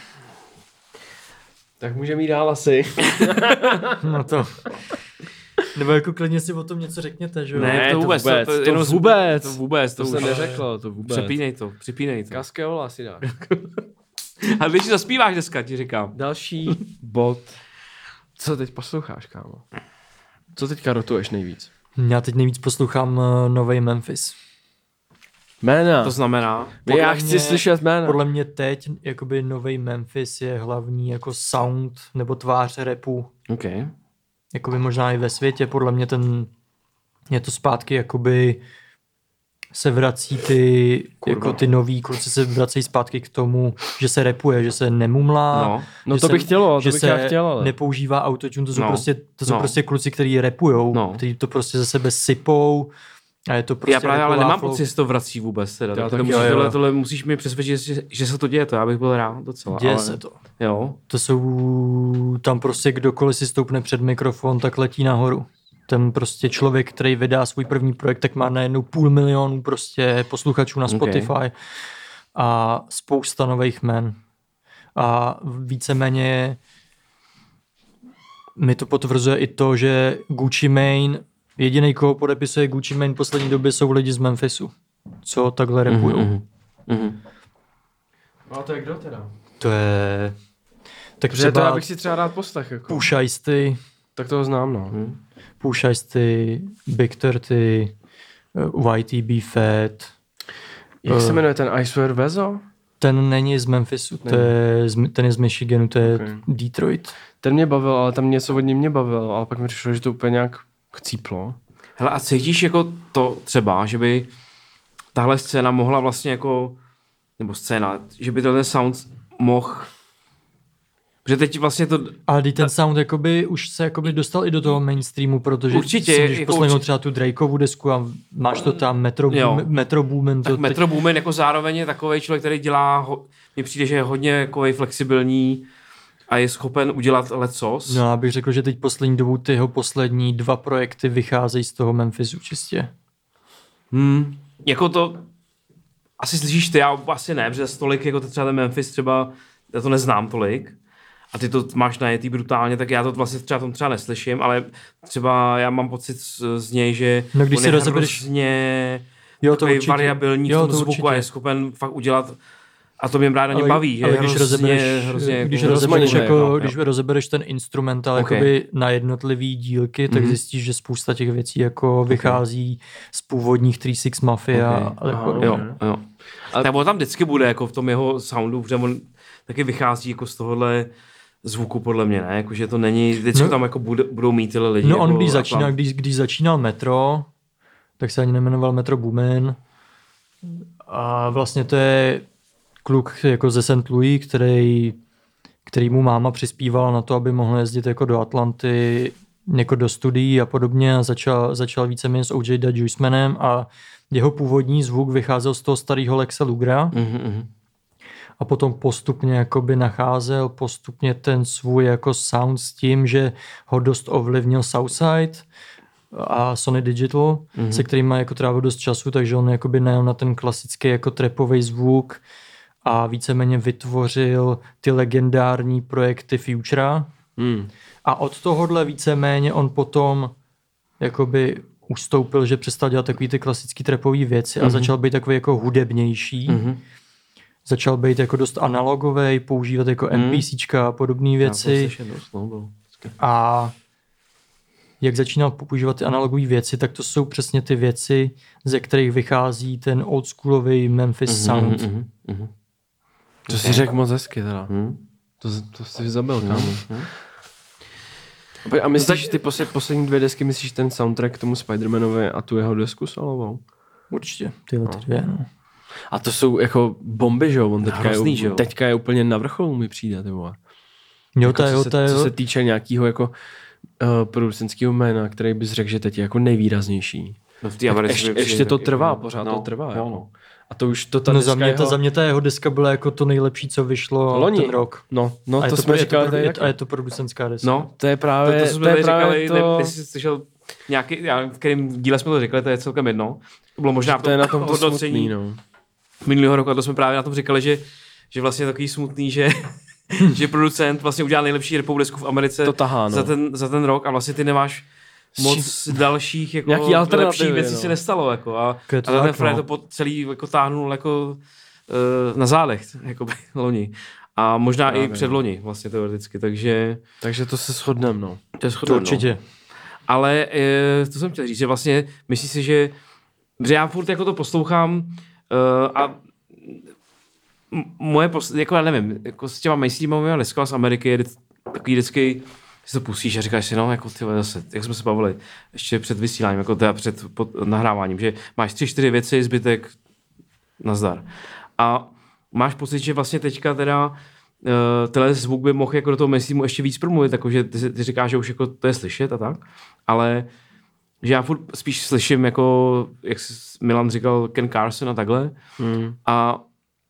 Tak můžeme jít dál asi. No to... Nebo jako klidně si o tom něco řekněte, že jo? Ne, Ne, to to vůbec. vůbec, to, to jenom vůbec. To vůbec. To, To, to už. se neřeklo, to vůbec. Přepínej to, přepínej to. Kaskeola si dáš. A když zaspíváš dneska, ti říkám. Další bod. Co teď posloucháš, kámo? Co teďka rotuješ nejvíc? Já teď nejvíc poslouchám uh, novej Memphis. Jména. To znamená, podle Já chci mě- slyšet jména. Podle mě teď jakoby novej Memphis je hlavní jako sound nebo tvář rapu. OK. Jakoby možná i ve světě. Podle mě ten je to zpátky jakoby se vrací ty, Kurva. jako ty nový kluci se vracejí zpátky k tomu, že se rapuje, že se nemumlá, No. No že to se- bych chtělo, že to bych se já chtěl, ale. nepoužívá autotune, to jsou, No. prostě, to jsou No. prostě kluci, kteří rapujou, No. kteří to prostě ze sebe sypou a je to prostě Já právě ale rapová nemám flow. pocit, že se to vrací vůbec. Teda. Já Tak to taky, musíš, jo, jo. tohle, tohle musíš mi přesvědčit, že, že se to děje. To já bych byl rád docela. Děje ale... se to. Jo. To jsou, tam prostě kdokoliv si stoupne před mikrofon, tak letí nahoru. Ten prostě člověk, který vydá svůj první projekt, tak má najednou půl milionu prostě posluchačů na Spotify Okay. a spousta nových men. A víceméně mi to potvrzuje i to, že Gucci Mane, jediný, koho podepisuje Gucci Mane v poslední době, jsou lidi z Memphisu, co takhle rapujou. Mhm, mhm. No a to je kdo teda? To je... Tak Protože to třeba já bych si třeba rád poslech, jako. Pusha T, Tak toho znám, no. Mhm. Pusha T, Big třicet, uh, Y T B Fat. Jak se Eh. jmenuje ten I Swear Vezo? Ten není z Memphisu, to je, z- ten je z Michiganu, to je Okay. Detroit. Ten mě bavil, ale tam něco od něj mě bavil, ale pak mi přišlo, že to úplně nějak chcíplo. Hele, a cítíš jako to třeba, že by tahle scéna mohla vlastně jako, nebo scéna, že by tenhle sound mohl, protože teď vlastně to, Ale teď ten sound jakoby už se jakoby dostal i do toho mainstreamu, protože Určitě, si můžeš jako poslechnout určitě. třeba tu Drakeovu desku a máš to tam, Metro, Jo. Boom, Metro Boomin. tak To Metro Boomin jako zároveň je takovej člověk, který dělá, ho, mně přijde, že je hodně jako flexibilní a je schopen udělat lecos. No já bych řekl, že teď poslední dobou ty jeho poslední dva projekty vycházejí z toho Memphisu čistě. Hmm. Jako to, asi slyšíš ty, já asi ne, protože tolik jako třeba ten Memphis třeba, já to neznám tolik, a ty to máš najetý brutálně, tak já to vlastně třeba tom třeba neslyším, ale třeba já mám pocit z, z něj, že no, když on si je rozebereš... hrozně jo, to takový určitě. variabilní jo, v tom to zvuku určitě. a je schopen fakt udělat a to mě právě na něm ale, baví. ale je když hrozně, rozebereš, hrozně když jako rozebereš, rozmanitý, jako, jo, když jo. rozebereš ten instrumental Okay. jakoby na jednotlivý dílky, tak Mhm. zjistíš, že spousta těch věcí jako vychází z původních tři šest Mafia. Okay. Ale Aha, podobně. Jo, jo. Ale tak on tam vždycky bude jako v tom jeho soundu, protože on taky vychází jako z tohohle zvuku podle mě, ne? Jakože to není, vždycky No. tam jako bude, budou mít tyhle lidi. No on jako když, začínal, Atlant- když, když začínal Metro, tak se ani nemenoval Metro Boomin. A vlastně to je kluk jako ze Saint Louis, který, který mu máma přispívala na to, aby mohl jezdit jako do Atlanty, jako do studií a podobně a začal, začal víceméně s O J Da Juicemanem a jeho původní zvuk vycházel z toho starého Lexe Lugera Mhm, mhm. a potom postupně jakoby nacházel postupně ten svůj jako sound s tím, že ho dost ovlivnil Southside a Sony Digital, mm-hmm. se kterým má jako trávil dost času, takže on jakoby najel na ten klasický jako trapový zvuk a víceméně vytvořil ty legendární projekty Futura. Hmm. A od tohohle víceméně on potom jakoby ustoupil, že přestal dělat takový ty klasický trapový věci a Mhm. začal být takový jako hudebnější. Mhm. Začal být jako dost analogovej, používat jako Mhm. NPCčka a podobné Já věci. to slyším dost, no, bylo vždycky. A jak začínal používat ty analogové věci, tak to jsou přesně ty věci, ze kterých vychází ten oldschoolový Memphis sound. Mhm, mhm, mhm. To si řekl moc hezky teda. Mhm. To, to jsi zabil, kámo. Mhm. A myslíš, ty posled, poslední dvě desky, myslíš ten soundtrack k tomu Spider-Manovi a tu jeho desku solovou? Určitě, tyhle ty dvě. No. A to jsou jako bomby, že jo? On teďka, Hrozný, je, že jo? teďka je úplně na vrcholu, mi přijde, ty vole. Jo, Jako, to je, co, jo, se, to je, co se týče nějakého jako uh, producentského jména, který bys řekl, že teď je jako nejvýraznější. No v té Tak Americe ještě, by ještě přijde to taky, trvá, jako- pořád no, to trvá. jo, Jako. no. A to už to ta no deska za mě, jeho... ta, za mě ta jeho deska byla jako to nejlepší, co vyšlo Loni. ten rok. No, no a je to, to, jsme je říkali to, tady je, taky. a je to producentská deska. No, To je to, právě to to, jsme to je tady právě říkali, to... ne, jestli jsi slyšel nějaký, já v kterém díle jsme to řekli, to je celkem jedno. To bylo možná v To je na tom to hodnocení smutný, no. minulého roku, a to jsme právě na tom říkali, že, že vlastně je takový smutný, že, že producent vlastně udělal nejlepší rapovou desku v Americe To tahá, no. za, ten, za ten rok a vlastně ty nemáš moc dalších jako Nějaký alternativy, lepších věcí no. se nestalo. Jako, a, Je a to ten tak, Fred no. to po celý jako táhnul jako uh, na zádech, jako by loni. A možná Právě, i předloni vlastně teoreticky, takže Takže to se shodneme, no. to je To shodné. určitě. No. Ale e, to jsem chtěl říct, že vlastně myslím si, že, že já furt jako to poslouchám uh, a m- moje, pos- jako já nevím, jako s těma mainstreamovými deskama z Ameriky je vždy- takový vždycky, si to pustíš a říkáš si, no jako ty vole, zase, jak jsme se bavili, ještě před vysíláním, jako teda před pod, nahráváním, že máš tři, čtyři věci, zbytek nazdar. A máš pocit, že vlastně teďka teda uh, tenhle zvuk by mohl jako do toho mainstreamu ještě víc promluvit, jakože ty, ty říkáš, že už jako to je slyšet a tak, ale že já furt spíš slyším jako, jak jsi Milan říkal, Ken Carson a takhle Mm. a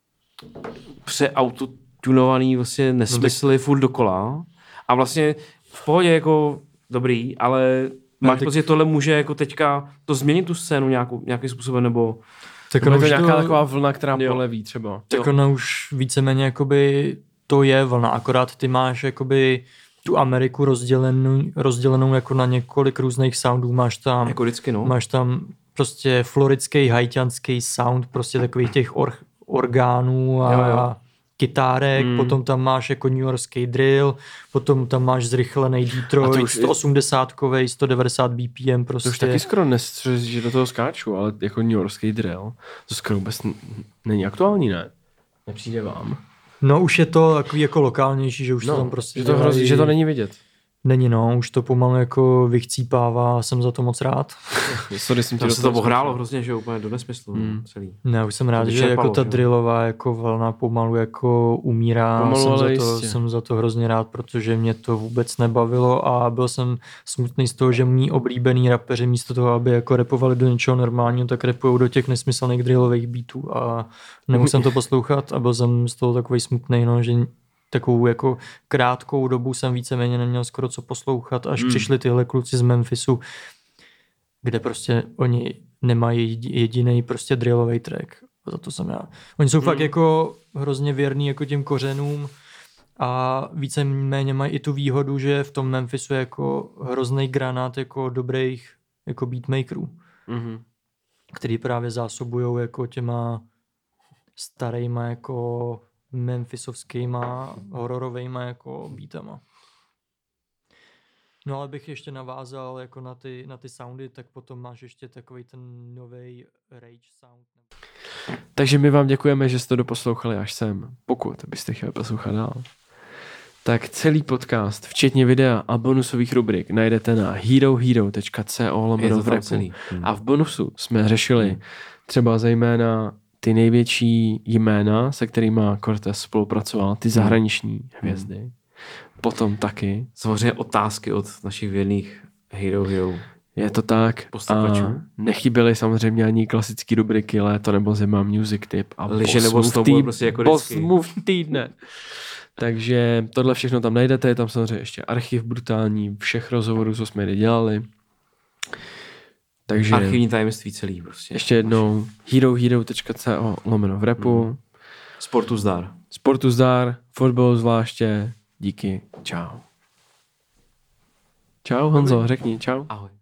přeautotunovaný vlastně nesmysly furt dokola a vlastně v pohodě jako dobrý, ale máš tak- pocit, že tohle může jako teďka to změnit tu scénu nějakou, nějakým způsobem, nebo Tak Ono ono je to už nějaká to, taková vlna, která Jo. poleví třeba. tak ono už víceméně jakoby to je vlna, akorát ty máš jakoby tu Ameriku rozdělenou, rozdělenou jako na několik různých soundů, máš tam, jako vždycky, no. máš tam prostě floridský, haitianský sound, prostě takových těch or, orgánů a Jo, jo. kytárek, Hmm. potom tam máš jako newyorský drill, potom tam máš zrychlený A to Detroit, už je- sto osmdesátkovej, sto devadesát B P M prostě. To už taky skoro nes, že do toho skáču, ale jako newyorský drill, to skoro vůbec n- není aktuální, ne? Nepřijde vám? No už je to takový jako lokálnější, že už No, to tam prostě že to hrozí, dělají- že to není vidět. Není no, už to pomalu jako vychcípává, jsem za to moc rád. Sorry, jsem ti Tam do se toho to ohrálo skočil. hrozně, že úplně do nesmyslu Hmm. celý. Ne, už jsem rád, To že vyčerpalo, jako ta že jo? drillová jako vlna pomalu jako umírá. Pomalu, jsem, ale za to, jistě. jsem za to hrozně rád, protože mě to vůbec nebavilo a byl jsem smutný z toho, že mý oblíbený rapeři místo toho, aby jako rapovali do něčeho normálního, tak rapujou do těch nesmyslných drillových beatů a nemohl jsem to poslouchat a byl jsem z toho takový smutný, no, že takovou jako krátkou dobu jsem víceméně neměl skoro co poslouchat, až Hmm. přišli tyhle kluci z Memphisu, kde prostě oni nemají jediný prostě drillový track. A za to jsem já. Oni jsou Hmm. fakt jako hrozně věrní jako těm kořenům A víceméně mají i tu výhodu, že v tom Memphisu je jako hrozný granát jako dobrých jako beatmakerů, Mm-hmm. který právě zásobujou jako těma starýma jako memphisovskýma hororovejma jako beatama. No ale bych ještě navázal jako na ty, na ty soundy, tak potom máš ještě takový ten nový rage sound. Takže my vám děkujeme, že jste to doposlouchali až sem. Pokud byste chtěli poslouchat dál, tak celý podcast, včetně videa a bonusových rubrik, najdete na herohero tečka co lomeno v repu. Hmm. A v bonusu jsme řešili třeba zejména ty největší jména, se kterými Cortez spolupracoval, ty zahraniční hvězdy. Potom taky. Samozřejmě otázky od našich věrných Hero Hero. Je to tak. Posluchačů. A nechyběly samozřejmě ani klasické rubriky Léto nebo zima, music tip a Liže nebo snowboard, prostě jako vždycky. Boss týdne. Takže tohle všechno tam najdete, je tam samozřejmě ještě archiv brutální všech rozhovorů, co jsme kdy dělali. Takže Archivní tajemství celý prostě. ještě jednou herohero tečka co lomeno v repu. Hmm. Sportu zdar. Sportu zdar, fotbalu zvláště. Díky. Čau. Čau Honzo, řekni čau. Ahoj.